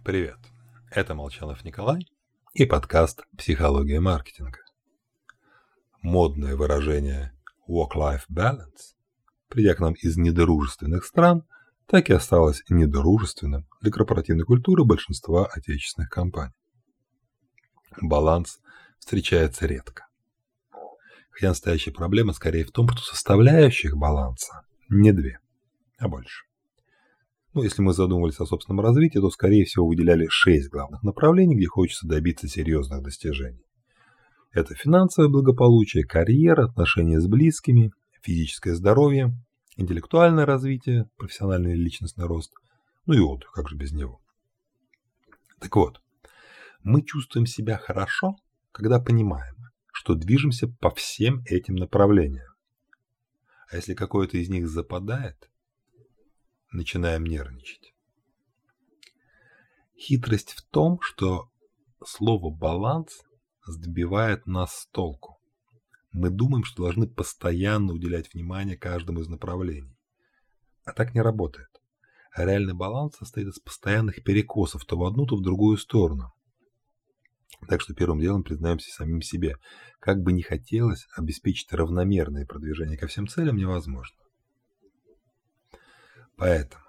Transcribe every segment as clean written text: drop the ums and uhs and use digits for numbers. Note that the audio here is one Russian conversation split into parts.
Привет, это Молчанов Николай и подкаст «Психология маркетинга». Модное выражение «work-life balance», придя к нам из недружественных стран, так и осталось недружественным для корпоративной культуры большинства отечественных компаний. Баланс встречается редко. Хотя настоящая проблема скорее в том, что составляющих баланса не две, а больше. Если мы задумывались о собственном развитии, то, скорее всего, выделяли 6 главных направлений, где хочется добиться серьезных достижений. Это финансовое благополучие, карьера, отношения с близкими, физическое здоровье, интеллектуальное развитие, профессиональный и личностный рост, и отдых, как же без него. Так вот, мы чувствуем себя хорошо, когда понимаем, что движемся по всем этим направлениям. А если какое-то из них западает, начинаем нервничать. Хитрость в том, что слово «баланс» сбивает нас с толку. Мы думаем, что должны постоянно уделять внимание каждому из направлений. А так не работает. Реальный баланс состоит из постоянных перекосов то в одну, то в другую сторону. Так что первым делом признаемся самим себе. Как бы ни хотелось, обеспечить равномерное продвижение ко всем целям невозможно. Поэтому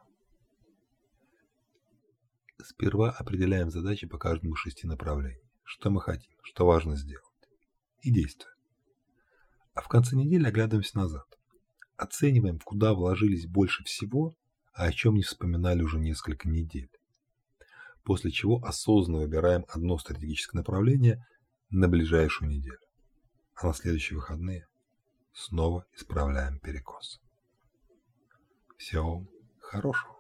сперва определяем задачи по каждому из 6 направлений. Что мы хотим, что важно сделать. И действуем. А в конце недели оглядываемся назад. Оцениваем, куда вложились больше всего, а о чем не вспоминали уже несколько недель. После чего осознанно выбираем одно стратегическое направление на ближайшую неделю. А на следующие выходные снова исправляем перекос. Всего хорошего.